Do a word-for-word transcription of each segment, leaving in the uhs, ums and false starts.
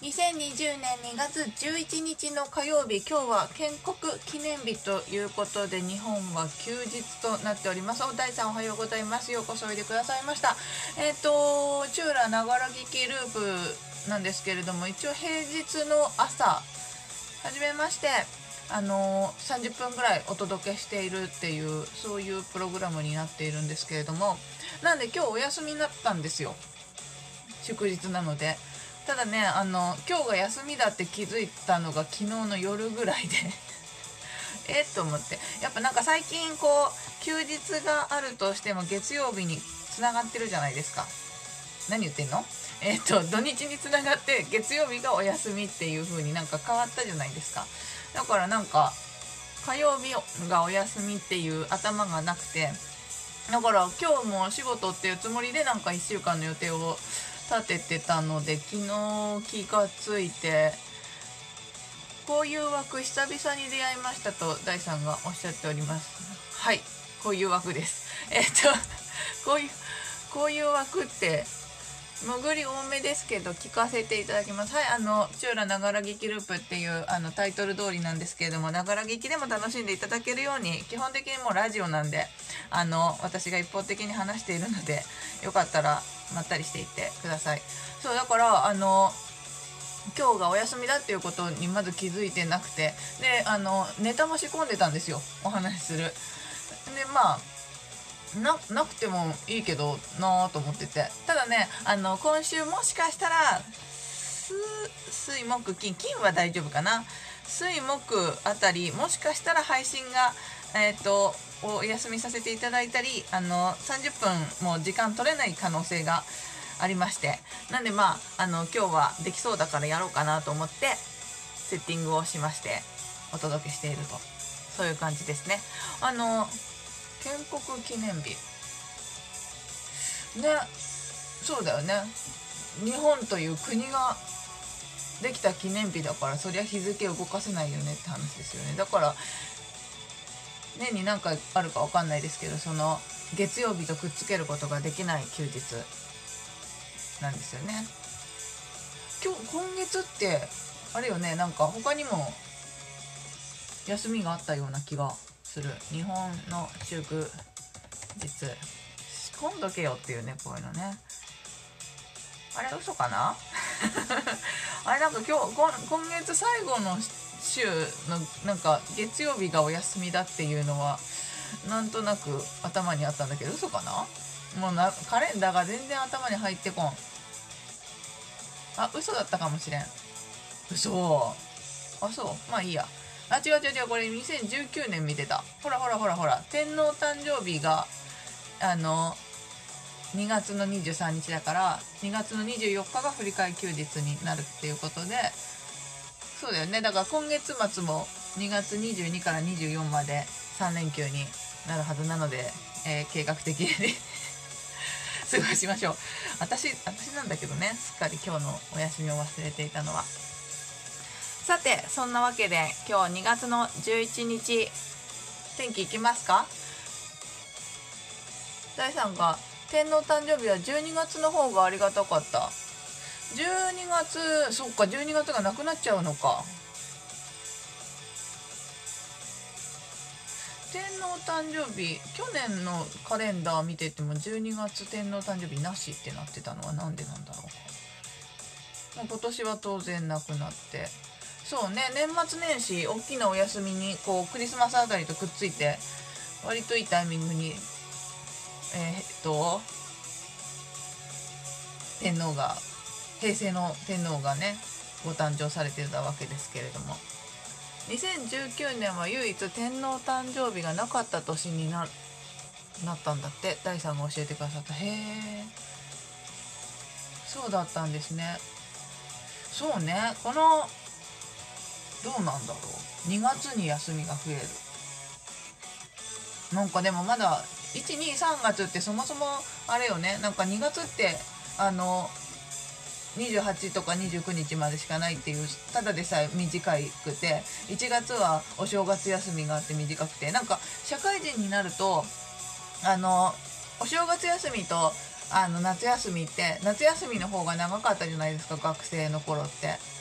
にせんにじゅうねんにがつじゅういちにちの火曜日、今日は建国記念日ということで日本は休日となっております。お大さんおはようございます。ようこそおいでくださいました。えっ、ー、とチューラながら聞きループなんですけれども、一応平日の朝はじめましてあのさんじゅっぷんぐらいお届けしているっていう、そういうプログラムになっているんですけれども、なんで今日お休みになったんですよ、祝日なので。ただね、あの今日が休みだって気づいたのが昨日の夜ぐらいでえっと思って、やっぱなんか最近こう休日があるとしても月曜日につながってるじゃないですか。何言ってんの？えっと土日につながって月曜日がお休みっていう風になんか変わったじゃないですか。だからなんか火曜日がお休みっていう頭がなくて、だから今日もお仕事っていうつもりでなんかいっしゅうかんの予定を立ててたので、昨日気がついて、こういう枠久々に出会いましたと大さんがおっしゃっております。はい、こういう枠です。えっとこういうこういう枠って潜り多めですけど聞かせていただきます。はい、あのチューラながら劇ループっていうあのタイトル通りなんですけれども、ながら劇でも楽しんでいただけるように、基本的にもうラジオなんで、あの私が一方的に話しているので、よかったらまったりしていってください。そうだからあの今日がお休みだっていうことにまず気づいてなくて、であのネタも仕込んでたんですよ、お話しする。でまあな, なくてもいいけどなと思ってて、ただね、あの今週もしかしたら水木金金は大丈夫かな、水木あたりもしかしたら配信がえっ、ー、とお休みさせていただいたり、あのさんじゅっぷんも時間取れない可能性がありまして、なんでまああの今日はできそうだからやろうかなと思ってセッティングをしましてお届けしていると、そういう感じですね。あの建国記念日ね、そうだよね、日本という国ができた記念日だから、そりゃ日付を動かせないよねって話ですよね。だから年に何回あるか分かんないですけど、その月曜日とくっつけることができない休日なんですよね。今日今月ってあれよね、なんか他にも休みがあったような気がする。日本の祝日仕込んどけよっていうね、こういうのね。あれ嘘かなあれなんか今日今今月最後の週のなんか月曜日がお休みだっていうのはなんとなく頭にあったんだけど、嘘かな。もうなカレンダーが全然頭に入ってこん。あ、嘘だったかもしれん。嘘。あ、そう。まあいいや。あ、違う違う違う、これにせんじゅうきゅうねん見てた。ほらほらほらほら、天皇誕生日があのにがつのにじゅうさんにちだから、にがつのにじゅうよっかが振り替え休日になるっていうことで、そうだよね。だから今月末もにがつにじゅうにからにじゅうよっかまでさんれんきゅうになるはずなので、えー、計画的に過ごしましょう。私私なんだけどね、すっかり今日のお休みを忘れていたのは。さて、そんなわけで今日にがつのじゅういちにち、天気いきますか。大さんが天皇誕生日はじゅうにがつの方がありがたかった。じゅうにがつ、そっか、じゅうにがつがなくなっちゃうのか。天皇誕生日、去年のカレンダー見ててもじゅうにがつ天皇誕生日なしってなってたのはなんでなんだろうか。もう今年は当然なくなって、そうね、年末年始大きなお休みにこうクリスマスあたりとくっついて割といいタイミングにえー、っと天皇が平成の天皇がねご誕生されてたわけですけれども、にせんじゅうきゅうねんは唯一天皇誕生日がなかった年に な, なったんだって。大さんが教えてくださった。へえ、そうだったんですね。そうね、このどうなんだろう、にがつに休みが増える。なんかでもまだいち、に、さんがつってそもそもあれよね、なんかにがつってあのにじゅうはちとかにじゅうくにちまでしかないっていう、ただでさえ短くて、いちがつはお正月休みがあって短くて、なんか社会人になるとあのお正月休みとあの夏休みって、夏休みの方が長かったじゃないですか、学生の頃って。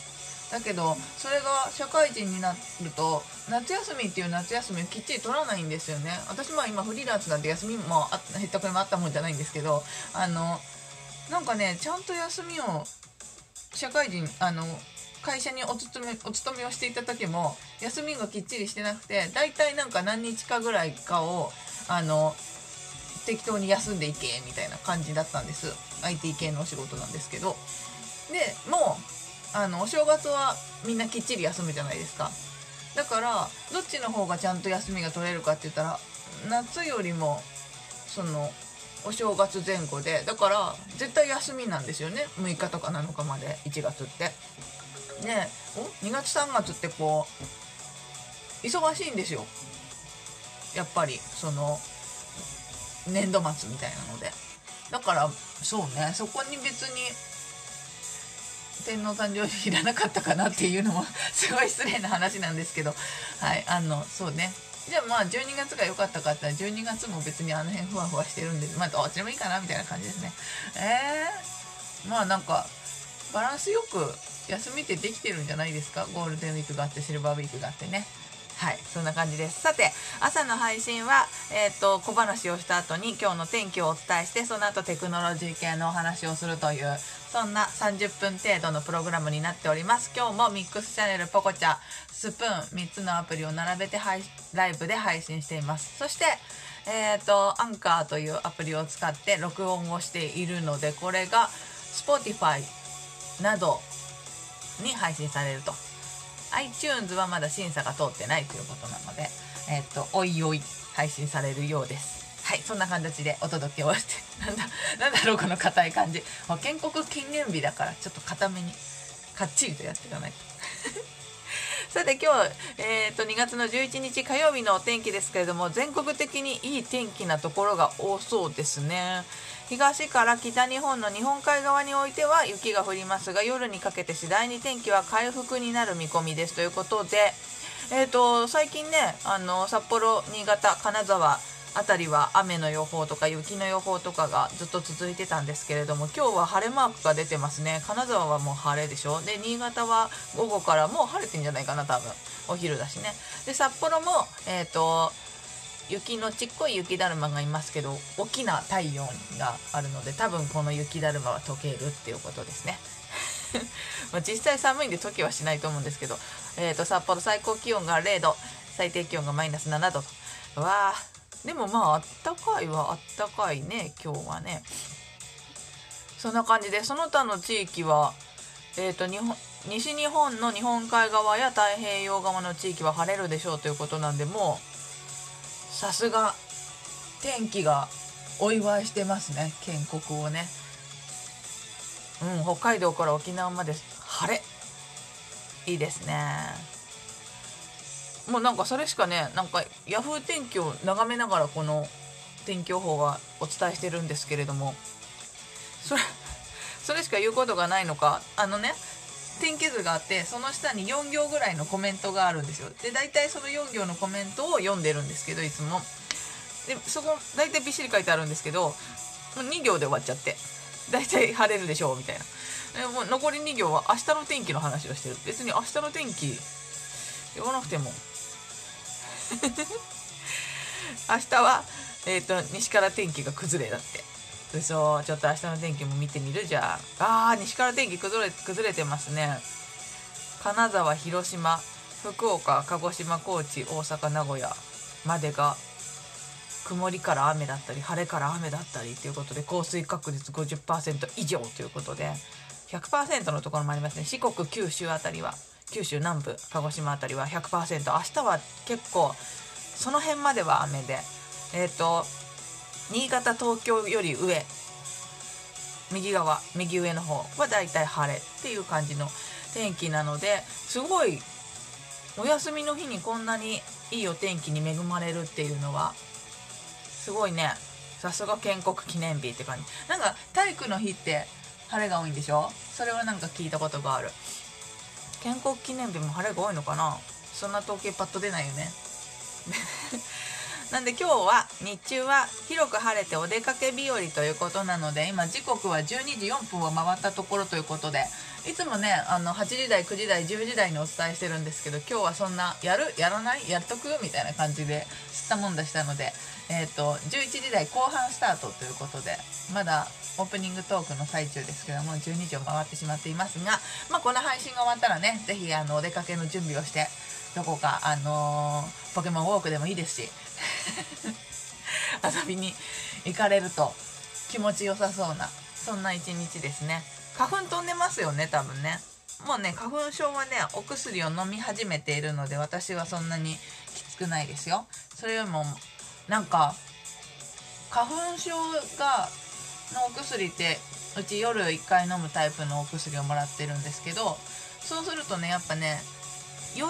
だけどそれが社会人になると夏休みっていう夏休みをきっちり取らないんですよね。私も今フリーランスなんで休みもあへったくれもあったもんじゃないんですけど、あのなんかねちゃんと休みを社会人あの会社にお勤めお勤めをしていた時も休みがきっちりしてなくて、だいたいなんか何日かぐらいかをあの適当に休んでいけみたいな感じだったんです。 アイティー 系のお仕事なんですけど。でもうあのお正月はみんなきっちり休むじゃないですか。だからどっちの方がちゃんと休みが取れるかって言ったら夏よりもそのお正月前後で、だから絶対休みなんですよね。むいかとかなのかまでいちがつってね。おにがつさんがつってこう忙しいんですよやっぱり、その年度末みたいなので。だからそうね、そこに別に天皇誕生日いらなかったかなっていうのもすごい失礼な話なんですけど、はいあのそうね。じゃあまあじゅうにがつが良かったかって言ったらじゅうにがつも別にあの辺ふわふわしてるんで、まあどっちでもいいかなみたいな感じですね。えー、まあなんかバランスよく休みってできてるんじゃないですか。ゴールデンウィークがあってシルバーウィークがあってね。はい、そんな感じです。さて、朝の配信は、えーと、小話をした後に今日の天気をお伝えして、その後テクノロジー系のお話をするという、そんなさんじゅっぷん程度のプログラムになっております。今日もミックスチャンネル、ポコチャ、スプーン、みっつのアプリを並べて配ライブで配信しています。そして、えーと、アンカーというアプリを使って録音をしているので、これが Spotify などに配信されると。iTunes はまだ審査が通ってないということなので、えっと、おいおい配信されるようです。はい、そんな形でお届けをして、なんだ、なんだろうこの硬い感じ。建国記念日だからちょっと硬めに、かっちりとやっていかないと。さて今日、えー、とにがつのじゅういちにち火曜日のお天気ですけれども、全国的にいい天気なところが多そうですね。東から北日本の日本海側においては雪が降りますが、夜にかけて次第に天気は回復になる見込みですということで、えー、と最近ね、あの札幌、新潟、金沢あたりは雨の予報とか雪の予報とかがずっと続いてたんですけれども、今日は晴れマークが出てますね。金沢はもう晴れでしょ。で新潟は午後からもう晴れてんじゃないかな、多分お昼だしね。で札幌もえっ、ー、と雪のちっこい雪だるまがいますけど、大きな太陽があるので多分この雪だるまは溶けるっていうことですね。まあ実際寒いんで溶けはしないと思うんですけど、えー、と札幌最高気温がれいど、最低気温がマイナスななどと、わーでもまああったかいはあったかいね今日はね。そんな感じで、その他の地域は、えー、と日本西日本の日本海側や太平洋側の地域は晴れるでしょうということなんで、もうさすが天気がお祝いしてますね、建国をね。うん、北海道から沖縄まで晴れ、いいですね。もうなんかそれしかね、なんかヤフー天気を眺めながらこの天気予報はお伝えしてるんですけれども、それそれしか言うことがないのか、あのね天気図があって、その下によん行ぐらいのコメントがあるんですよ。で大体そのよん行のコメントを読んでるんですけど、いつもでそこ大体びっしり書いてあるんですけど、もうに行で終わっちゃって、大体晴れるでしょうみたいな。でもう残りに行は明日の天気の話をしてる。別に明日の天気言わなくても明日は、えーと、西から天気が崩れだって。嘘、ちょっと明日の天気も見てみる。じゃあ、あー西から天気崩れ崩れてますね。金沢、広島、福岡、鹿児島、高知、大阪、名古屋までが曇りから雨だったり晴れから雨だったりということで、降水確率 ごじゅっパーセント 以上ということで ひゃくパーセント のところもありますね。四国、九州あたりは、九州南部、鹿児島あたりは ひゃくパーセント。 明日は結構その辺までは雨で、えっと新潟、東京より上、右側右上の方はだいたい晴れっていう感じの天気なので、すごいお休みの日にこんなにいいお天気に恵まれるっていうのはすごいね。さすが建国記念日って感じ。なんか体育の日って晴れが多いんでしょ。それはなんか聞いたことがある。建国記念日も晴れが多いのかな。そんな統計パッと出ないよね。 なんで今日は日中は広く晴れてお出かけ日和ということなので、今時刻はじゅうにじよんぷんを回ったところということで、いつもねあのはちじ台くじ台じゅうじ台にお伝えしてるんですけど、今日はそんなやるやらないやっとくみたいな感じで吸ったもんだしたので、えー、とじゅういちじ台後半スタートということで、まだオープニングトークの最中ですけどもじゅうにじを回ってしまっていますが、まあ、この配信が終わったらね、ぜひあのお出かけの準備をしてどこか、あのー、ポケモンウォークでもいいですし遊びに行かれると気持ちよさそうな、そんな一日ですね。花粉飛んでますよね多分ね。もうね花粉症はねお薬を飲み始めているので、私はそんなにきつくないですよ。それよりもなんか花粉症がのお薬って、うち夜いっかい飲むタイプのお薬をもらってるんですけど、そうするとねやっぱね夜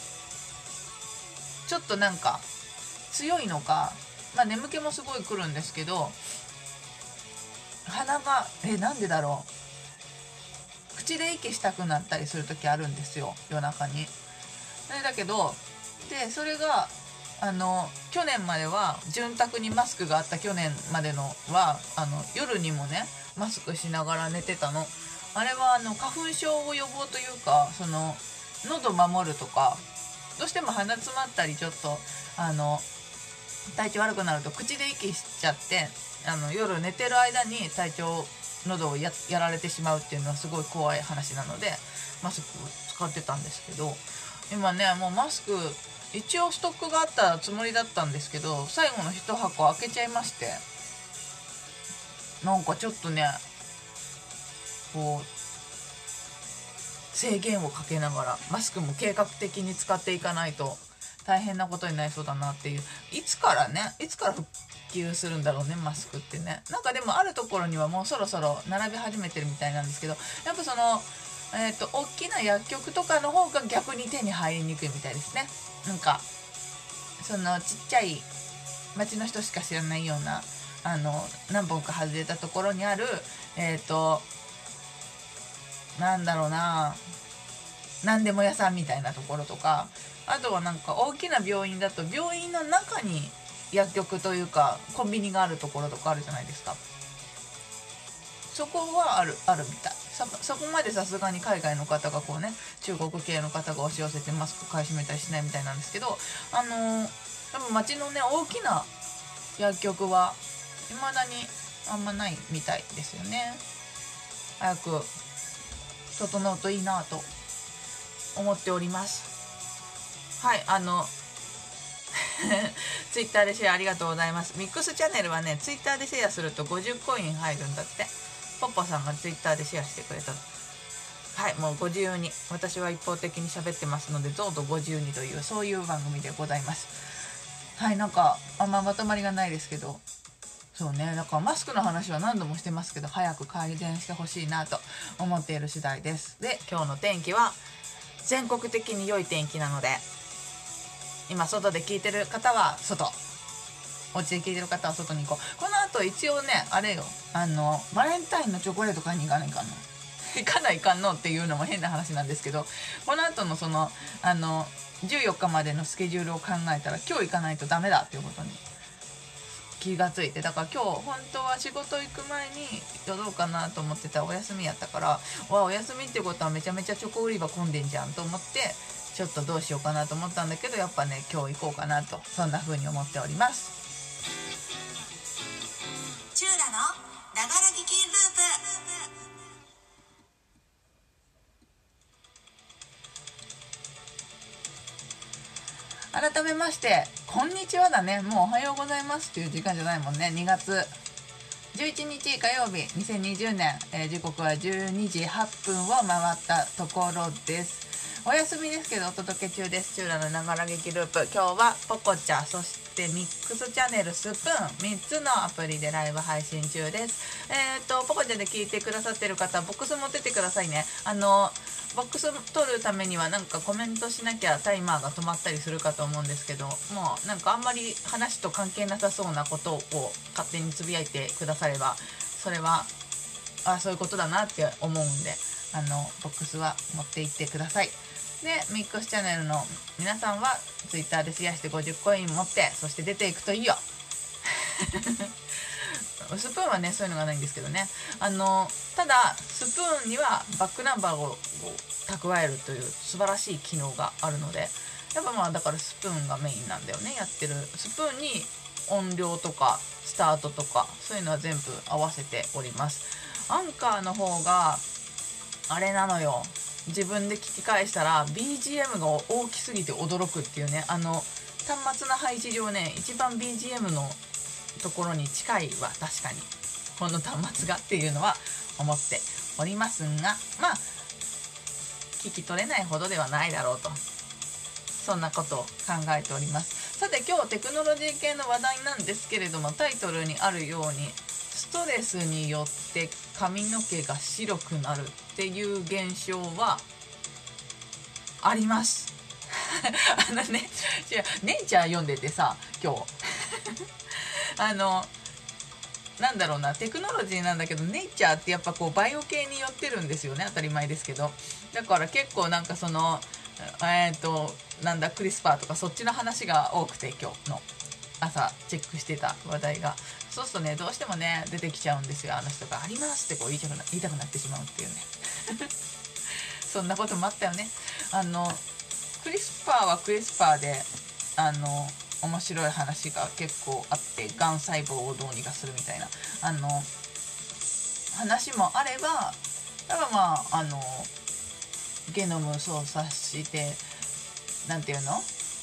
ちょっとなんか強いのか、まあ眠気もすごい来るんですけど、鼻がえなんでだろう、口で息したくなったりする時あるんですよ、夜中に。だけどでそれがあの去年までは潤沢にマスクがあった去年までのはあの夜にもねマスクしながら寝てたの。あれはあの花粉症を予防というか、その喉守るとか、どうしても鼻詰まったりちょっとあの体調悪くなると口で息しちゃって、あの夜寝てる間に体調喉を や, やられてしまうっていうのはすごい怖い話なので、マスクを使ってたんですけど、今ねもうマスク一応ストックがあったつもりだったんですけど、最後の一箱開けちゃいまして、なんかちょっとねこう制限をかけながらマスクも計画的に使っていかないと大変なことになりそうだなっていう。いつからねいつから復旧するんだろうねマスクってね。なんかでもあるところにはもうそろそろ並び始めてるみたいなんですけど、やっぱそのえっと大きな薬局とかの方が逆に手に入りにくいみたいですね。なんかそのちっちゃい町の人しか知らないようなあの何本か外れたところにあるえっとなんだろうな、何でも屋さんみたいなところとか、あとはなんか大きな病院だと病院の中に薬局というかコンビニがあるところとかあるじゃないですか。そこはあるあるみたい。 そ, そこまでさすがに海外の方がこうね、中国系の方が押し寄せてマスク買い占めたりしないみたいなんですけど、あのー、多分街のね大きな薬局は未だにあんまないみたいですよね。早く整うといいなと思っております。はい、あのツイッターでシェアありがとうございます。ミックスチャンネルはねツイッターでシェアするとごじゅうコイン入るんだって。ポッポさんがツイッターでシェアしてくれたの。はい、もうご自由に、私は一方的に喋ってますのでどうぞご自由にという、そういう番組でございます。はい、なんかあんままとまりがないですけど、そうね、だからマスクの話は何度もしてますけど、早く改善してほしいなと思っている次第です。で、今日の天気は全国的に良い天気なので、今外で聞いてる方は外、お家で聞いてる方は外に行こう。この後一応ねあれよ、あのバレンタインのチョコレート買いに行かないかんの行かないかんのっていうのも変な話なんですけど、この後のそのあのじゅうよっかまでのスケジュールを考えたら今日行かないとダメだっていうことに気がついて、だから今日本当は仕事行く前に寄ろうかなと思ってたらお休みやったから、わお休みってことはめちゃめちゃチョコ売り場混んでんじゃんと思って、ちょっとどうしようかなと思ったんだけど、やっぱね今日行こうかなと、そんな風に思っております。 チューラのながら聞きループ。改めましてこんにちはだね。もうおはようございますっていう時間じゃないもんね。にがつじゅういちにち火曜日にせんにじゅうねん、えー、時刻はじゅうにじはっぷんを回ったところです。お休みですけどお届け中です。チューラのながら劇ループ。今日はポコチャ、そしてミックスチャンネル、スプーン、みっつのアプリでライブ配信中です。えっとポコチャで聞いてくださってる方、ボックス持ってってくださいね。あのボックス取るためにはなんかコメントしなきゃタイマーが止まったりするかと思うんですけど、もうなんかあんまり話と関係なさそうなことを勝手につぶやいてくだされば、それはあそういうことだなって思うんで、あのボックスは持って行ってください。 でミックスチャンネルの皆さんはツイッターでシェアしてごじゅうコイン持って、そして出ていくといいよスプーンはねそういうのがないんですけどね、あのただスプーンにはバックナンバーを蓄えるという素晴らしい機能があるので、やっぱまあだからスプーンがメインなんだよね。やってるスプーンに音量とかスタートとかそういうのは全部合わせております。アンカーの方があれなのよ、自分で聞き返したら ビージーエム が大きすぎて驚くっていうね。あの端末の配置上ね、一番 ビージーエム のところに近いは確かにこの端末がっていうのは思っておりますが、まあ聞き取れないほどではないだろうと、そんなことを考えております。さて今日テクノロジー系の話題なんですけれども、タイトルにあるようにストレスによって髪の毛が白くなるっていう現象はありますあのね、違う、ネイチャー読んでてさ今日あのなんだろうな、テクノロジーなんだけどネイチャーってやっぱこうバイオ系に寄ってるんですよね。当たり前ですけど、だから結構なんかそのえっとなんだクリスパーとかそっちの話が多くて、今日の朝チェックしてた話題が、そうするとねどうしてもね出てきちゃうんですよ。あの人がありますってこう言いたくな言いたくなってしまうっていうねそんなこともあったよね。あのクリスパーはクリスパーであの面白い話が結構あって、がん細胞をどうにかするみたいなあの話もあれば、だからまああのゲノム操作してなんていうの、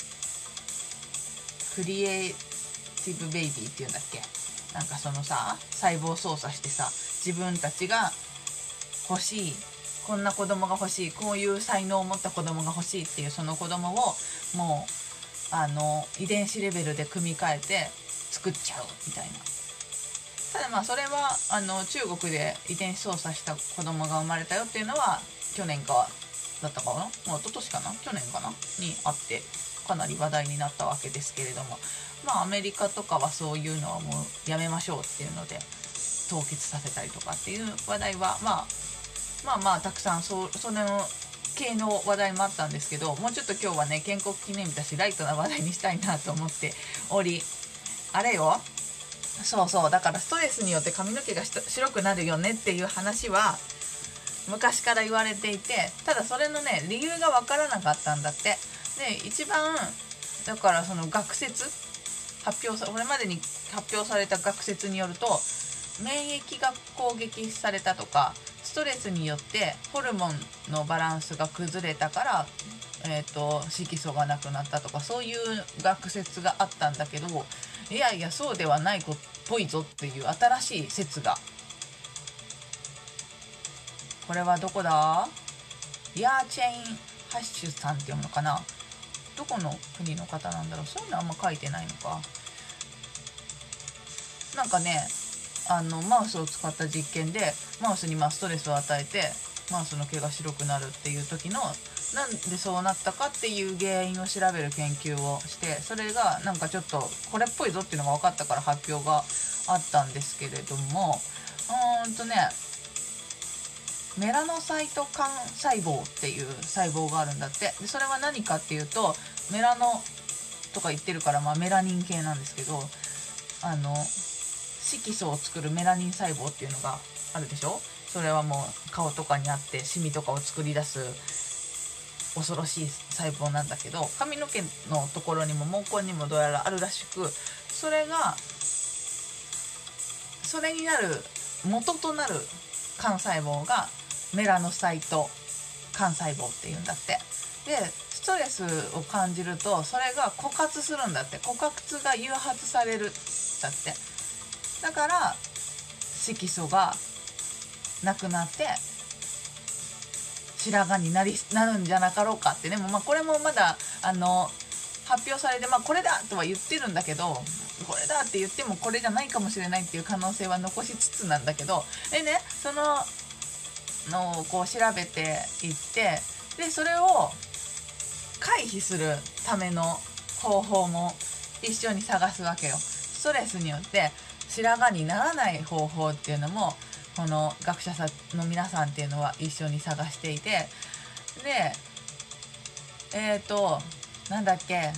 クリエイティブベイビーっていうんだっけ、なんかそのさ細胞操作してさ、自分たちが欲しい、こんな子供が欲しい、こういう才能を持った子供が欲しいっていうその子供をもうあの遺伝子レベルで組み替えて作っちゃうみたいな。ただまあそれはあの中国で遺伝子操作した子供が生まれたよっていうのは去年かだったかな、もう一昨年かな、去年かなにあって、かなり話題になったわけですけれども、まあアメリカとかはそういうのはもうやめましょうっていうので凍結させたりとかっていう話題は、まあ、まあまあたくさんそその系の話題もあったんですけど、もうちょっと今日はね建国記念日だしライトな話題にしたいなと思っており、あれよ、そうそう、だからストレスによって髪の毛が白くなるよねっていう話は昔から言われていて、ただそれのね理由が分からなかったんだって。で一番だからその学説発表さこれまでに発表された学説によると、免疫が攻撃されたとかストレスによってホルモンのバランスが崩れたから、えーと、色素がなくなったとかそういう学説があったんだけど、いやいやそうではないっぽいぞっていう新しい説が、これはどこだ、リアーチェインハッシュさんって読むのかな、どこの国の方なんだろう、そういうのあんま書いてないのか。なんかねあのマウスを使った実験でマウスにまあストレスを与えてマウスの毛が白くなるっていう時のなんでそうなったかっていう原因を調べる研究をして、それがなんかちょっとこれっぽいぞっていうのが分かったから発表があったんですけれども、うーんとねメラノサイト幹細胞っていう細胞があるんだって。でそれは何かっていうと、メラノとか言ってるから、まあ、メラニン系なんですけど、あの色素を作るメラニン細胞っていうのがあるでしょ。それはもう顔とかにあってシミとかを作り出す恐ろしい細胞なんだけど、髪の毛のところにも毛根にもどうやらあるらしく、それがそれになる元となる幹細胞がメラノサイト幹細胞っていうんだって。でストレスを感じるとそれが枯渇するんだって。枯渇が誘発されるんだって。だから色素がなくなって白髪になりなるんじゃなかろうかって。でもまあこれもまだあの発表されて、まあこれだとは言ってるんだけど、これだって言ってもこれじゃないかもしれないっていう可能性は残しつつなんだけど、でねそののをこう調べていって、でそれを回避するための方法も一緒に探すわけよ。ストレスによって白髪にならない方法っていうのもこの学者さんの皆さんっていうのは一緒に探していて、でえっとなんだっけ、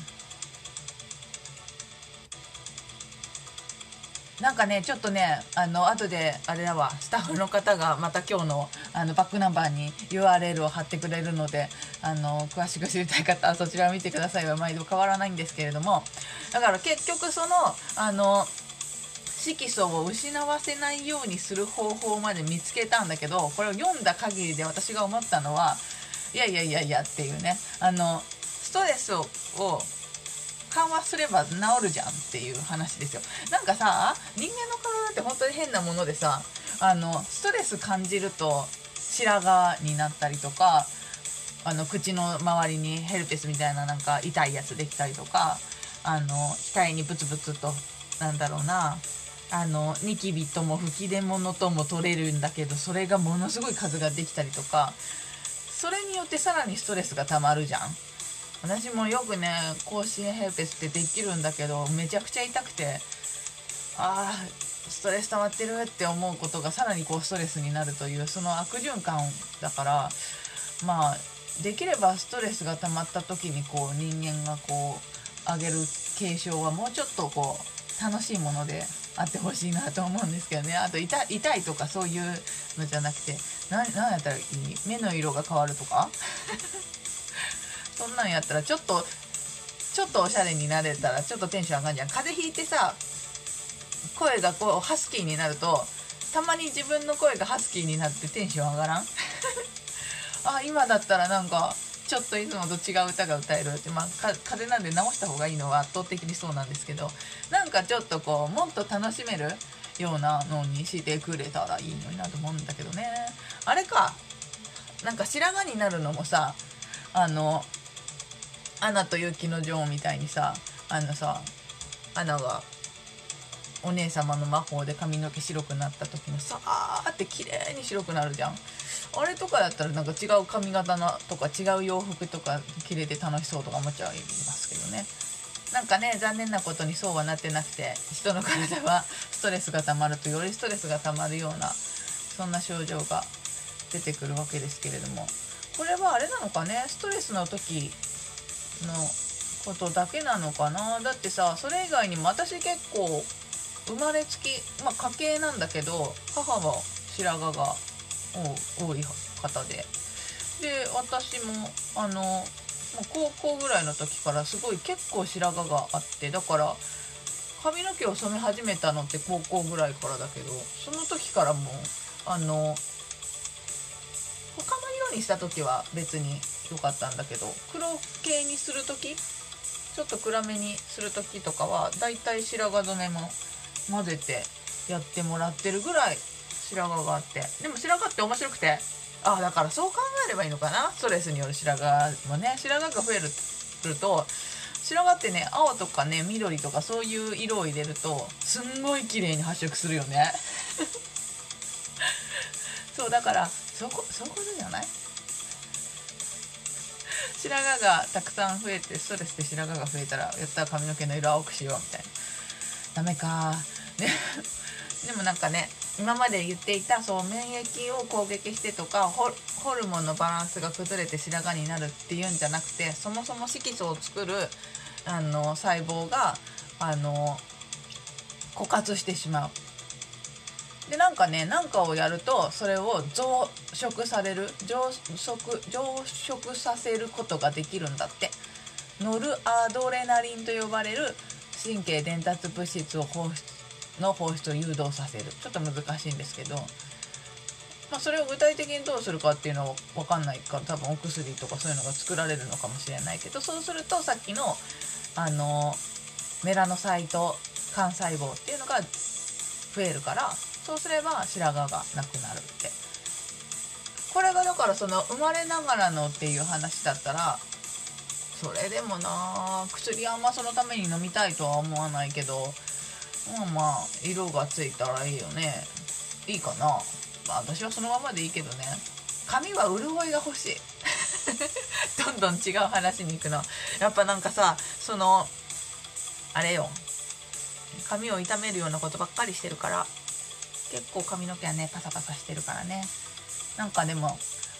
なんかねちょっとねあの後であれだわ、スタッフの方がまた今日のあのバックナンバーに ユーアールエル を貼ってくれるので、あの詳しく知りたい方はそちらを見てくださいは毎度変わらないんですけれども、だから結局そのあの色素を失わせないようにする方法まで見つけたんだけど、これを読んだ限りで私が思ったのは、いやいやいやいやっていうね、あのストレスを緩和すれば治るじゃんっていう話ですよ。なんかさ、人間の体って本当に変なものでさ、あのストレス感じると白髪になったりとか、あの口の周りにヘルペスみたいななんか痛いやつできたりとか、あの額にブツブツとなんだろうな、あのニキビとも吹き出物とも取れるんだけど、それがものすごい数ができたりとか、それによってさらにストレスがたまるじゃん。私もよくね口唇ヘルペスってできるんだけど、めちゃくちゃ痛くて、あーストレス溜まってるって思うことがさらにこうストレスになるという、その悪循環だから、まあできればストレスが溜まった時にこう人間がこう上げる継承はもうちょっとこう楽しいものであってほしいなと思うんですけどね。あと 痛, 痛いとかそういうのじゃなくて、ななんやったらいい、目の色が変わるとかそんなんやったらちょっとちょっとおしゃれになれたらちょっとテンション上がるじゃん。風邪ひいてさ、声がこうハスキーになると、たまに自分の声がハスキーになってテンション上がらんあ、今だったらなんかちょっといつもと違う歌が歌えるって、まあか風邪なんで直した方がいいのは圧倒的にそうなんですけど、なんかちょっとこうもっと楽しめるようなのにしてくれたらいいのになと思うんだけどね。あれか、なんか白髪になるのもさ、あのアナと雪の女王みたいにさ、あのさ、アナがお姉様の魔法で髪の毛白くなった時のさーって綺麗に白くなるじゃん。あれとかだったらなんか違う髪型のとか違う洋服とか着れて楽しそうとか思っちゃいますけどね。なんかね、残念なことにそうはなってなくて、人の体はストレスがたまるとよりストレスがたまるような、そんな症状が出てくるわけですけれども、これはあれなのかね、ストレスの時のことだけなのかな。だってさ、それ以外にも私結構生まれつき、まあ家系なんだけど、母は白髪が多い方で、で私もあの高校ぐらいの時からすごい結構白髪があって、だから髪の毛を染め始めたのって高校ぐらいからだけど、その時からもうあの他の色にした時は別に良かったんだけど、黒系にする時、ちょっと暗めにする時とかはだいたい白髪染めも混ぜてやってもらってるぐらい白髪があって、でも白髪って面白くて、あ、だからそう考えればいいのかな。ストレスによる白髪もね、白髪が増えると、白髪ってね、青とかね緑とかそういう色を入れるとすんごい綺麗に発色するよねそうだからそこそういうことじゃない。白髪がたくさん増えて、ストレスで白髪が増えたら、やったら髪の毛の色青くしようみたいな。ダメかねでもなんかね、今まで言っていたそう免疫を攻撃してとか、ホルモンのバランスが崩れて白髪になるっていうんじゃなくて、そもそも色素を作るあの細胞があの枯渇してしまう。でなんかね、なんかをやるとそれを増殖される増殖増殖させることができるんだって。ノルアドレナリンと呼ばれる神経伝達物質を放出の放出を誘導させる。ちょっと難しいんですけど、まあ、それを具体的にどうするかっていうのは分かんないから、多分お薬とかそういうのが作られるのかもしれないけど、そうするとさっきのあのメラノサイト幹細胞っていうのが増えるから、そうすれば白髪がなくなるって。これがだからその生まれながらのっていう話だったら、それでもな、薬あんまそのために飲みたいとは思わないけど、まあまあ色がついたらいいよね。いいかな。まあ私はそのままでいいけどね。髪は潤いが欲しいどんどん違う話に行くの。やっぱなんかさ、そのあれよ、髪を傷めるようなことばっかりしてるから、結構髪の毛はねパサパサしてるからね。なんかでも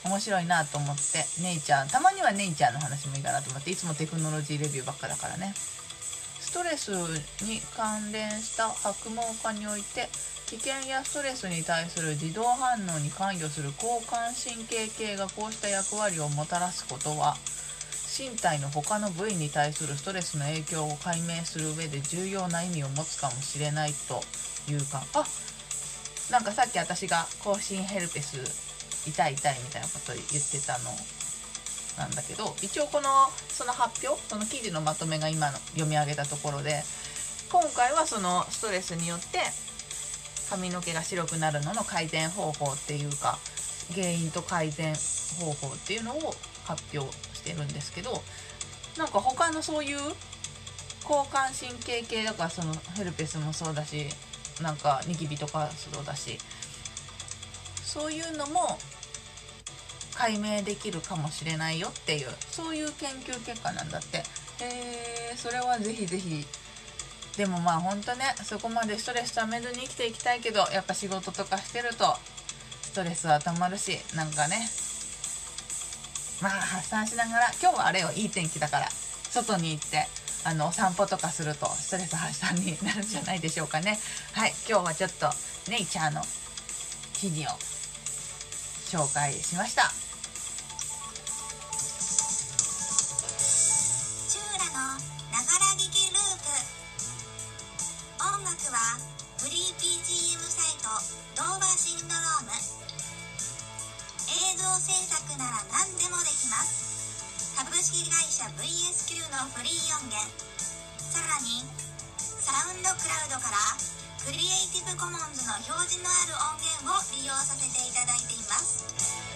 面白いなと思って、ネイチャーたまにはネイチャーの話もいいかなと思って、いつもテクノロジーレビューばっかだからね。ストレスに関連した白毛化において、危険やストレスに対する自動反応に関与する交感神経系がこうした役割をもたらすことは、身体の他の部位に対するストレスの影響を解明する上で重要な意味を持つかもしれないというか、あ、なんかさっき私が口唇ヘルペス痛い痛いみたいなこと言ってたのなんだけど、一応このその発表、その記事のまとめが今の読み上げたところで、今回はそのストレスによって髪の毛が白くなるのの改善方法っていうか、原因と改善方法っていうのを発表してるんですけど、なんか他のそういう交感神経系だから、そのヘルペスもそうだし、なんかニキビとかそうだし、そういうのも解明できるかもしれないよっていう、そういう研究結果なんだって。へえ、それはぜひぜひ。でもまあほんとね、そこまでストレスためずに生きていきたいけど、やっぱ仕事とかしてるとストレスはたまるし、なんかね、まあ発散しながら、今日はあれよ、いい天気だから外に行ってあのお散歩とかするとストレス発散になるんじゃないでしょうかね。はい、今日はちょっとネイチャーの記事を紹介しました。 チューラのながら聞きループ。音楽はフリー ビージーエム サイトドーバーシンドローム。映像制作なら何でもできます。株式会社 ブイエスキュー のフリー音源、さらにサウンドクラウドからクリエイティブコモンズの表示のある音源を利用させていただいています。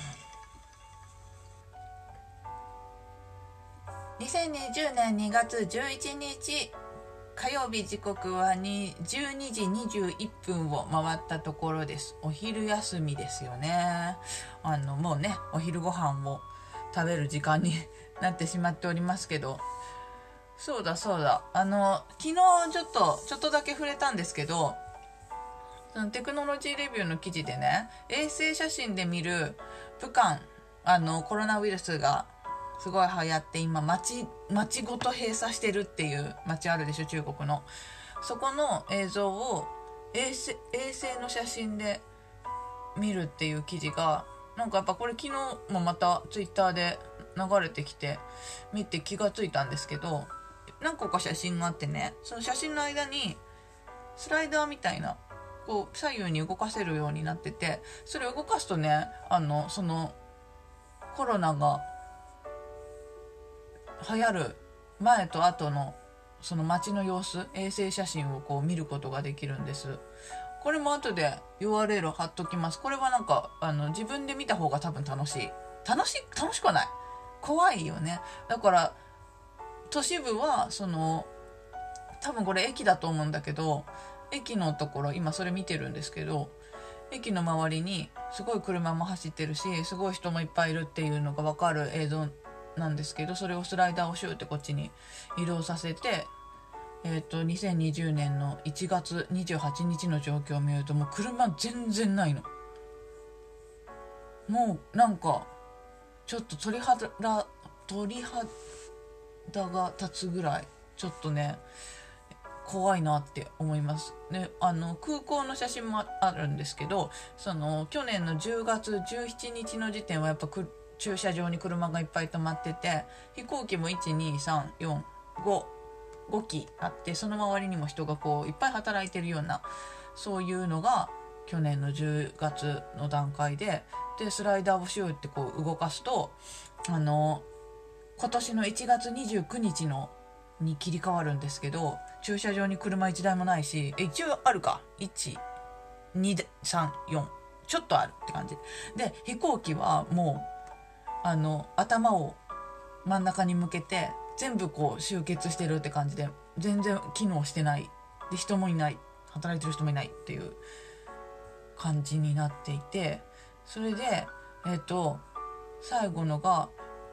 にせんにじゅうねんにがつじゅういちにち火曜日、時刻はじゅうにじにじゅういっぷんを回ったところです。お昼休みですよね。あのもうね、お昼ご飯を食べる時間になってしまっておりますけど、そうだそうだ、あの昨日ちょっとちょっとだけ触れたんですけど、そのテクノロジーレビューの記事でね、衛星写真で見る武漢、あのコロナウイルスがすごい流行って、今街街ごと閉鎖してるっていう街あるでしょ、中国の。そこの映像を衛星、衛星の写真で見るっていう記事が、なんかやっぱこれ昨日もまたツイッターで流れてきて見て気がついたんですけど、何個か写真があってね、その写真の間にスライダーみたいな、こう左右に動かせるようになってて、それを動かすとね、あのそのコロナが流行る前と後のその街の様子、衛星写真をこう見ることができるんです。これも後で ユーアールエル を貼っときます。これはなんかあの自分で見た方が多分楽しい楽しい楽しくはない、怖いよね。だから都市部はその多分これ駅だと思うんだけど、駅のところ今それ見てるんですけど、駅の周りにすごい車も走ってるし、すごい人もいっぱいいるっていうのが分かる映像なんですけど、それをスライダーをシューってこっちに移動させて、えーと、にせんにじゅうねんのいちがつにじゅうはちにちの状況を見ると、もう車全然ないの。もうなんかちょっと鳥肌鳥肌が立つぐらいちょっとね怖いなって思いますね。あの空港の写真もあるんですけど、その去年のじゅうがつじゅうしちにちの時点はやっぱく駐車場に車がいっぱい止まってて、飛行機もいちにさんよんごごきあって、その周りにも人がこういっぱい働いてるような、そういうのが去年のじゅうがつの段階で、でスライダーをシューってこう動かすと、あの今年のいちがつにじゅうくにちのに切り替わるんですけど、駐車場に車いちだいもないし、え一応あるか、いちにさんよんちょっとあるって感じで、飛行機はもうあの頭を真ん中に向けて全部こう集結してるって感じで、全然機能してないで、人もいない、働いてる人もいないっていう感じになっていて、それでえっと最後のが、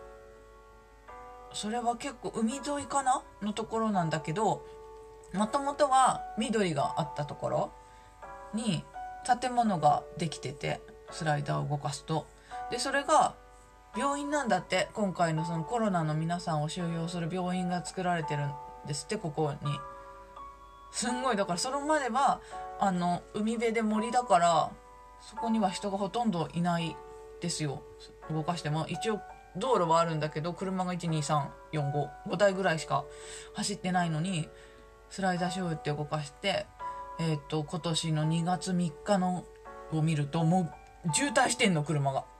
それは結構海沿いかなのところなんだけど、もともとは緑があったところに建物ができてて、スライダーを動かすと、でそれが病院なんだって。今回のそのコロナの皆さんを収容する病院が作られてるんですって、ここに。すんごい、だからそれまではあの海辺で森だから、そこには人がほとんどいないですよ。動かしても一応道路はあるんだけど、車がいちにさんよんごごだいぐらいしか走ってないのに、スライダーショーって動かして、えっと今年のにがつみっかのを見ると、もう渋滞してんの、車が。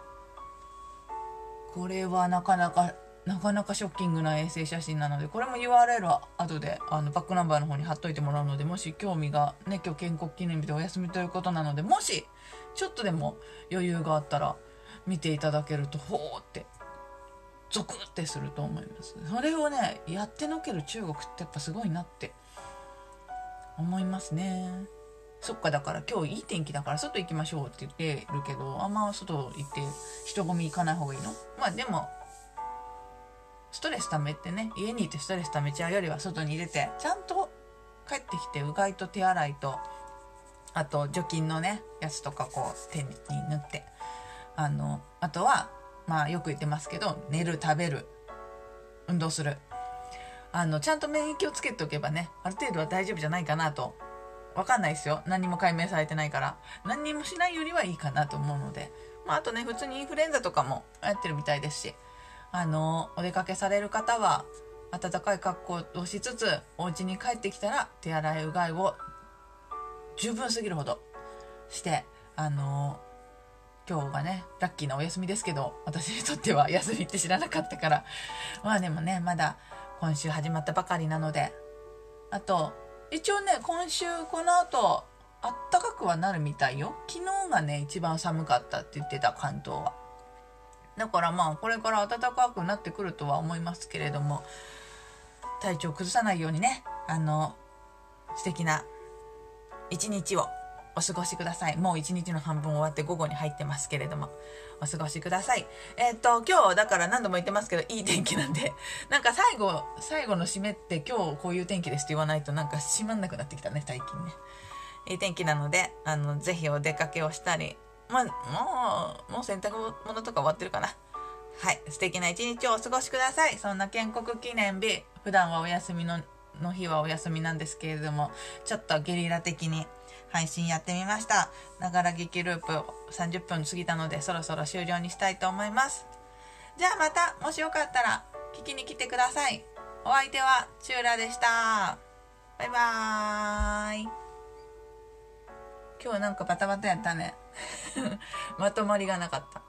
これはなかなかなかなかショッキングな衛星写真なので、これも ユーアールエル は後であのバックナンバーの方に貼っといてもらうので、もし興味がね、今日建国記念日でお休みということなので、もしちょっとでも余裕があったら見ていただけると、ほーってゾクってすると思います。それをねやってのける中国ってやっぱすごいなって思いますね。そっか、だから今日いい天気だから外行きましょうって言ってるけど、あんま外行って人混み行かない方がいいの？まあでもストレス溜めてね、家にいてストレス溜めちゃうよりは外に出て、ちゃんと帰ってきてうがいと手洗いと、あと除菌のねやつとかこう手に塗って、あのあとはまあよく言ってますけど、寝る、食べる、運動する、あのちゃんと免疫をつけておけばね、ある程度は大丈夫じゃないかなと。わかんないですよ、何も解明されてないから。何にもしないよりはいいかなと思うので、まあ、あとね普通にインフルエンザとかもやってるみたいですし、あのお出かけされる方は暖かい格好をしつつ、お家に帰ってきたら手洗いうがいを十分すぎるほどして、あの今日がねラッキーなお休みですけど、私にとっては休みって知らなかったから、まあでもねまだ今週始まったばかりなので、あと一応ね今週この後あったかくはなるみたいよ。昨日がね一番寒かったって言ってた、関東は。だからまあこれから暖かくなってくるとは思いますけれども、体調崩さないようにね、あの素敵な一日をお過ごしください。もう一日の半分終わって午後に入ってますけれども、お過ごしください。えっと今日だから何度も言ってますけど、いい天気なんで、なんか最後最後の締めって今日こういう天気ですって言わないとなんか閉まんなくなってきたね、最近ね。いい天気なので、あのぜひお出かけをしたり、まあ、もうもう洗濯物とか終わってるかな。はい、素敵な一日をお過ごしください。そんな建国記念日、普段はお休みのの日はお休みなんですけれども、ちょっとゲリラ的に配信やってみました。ながら聞きループさんじゅっぷん過ぎたので、そろそろ終了にしたいと思います。じゃあまた、もしよかったら聞きに来てください。お相手はチューラでした。バイバーイ。今日なんかバタバタやったねまとまりがなかった。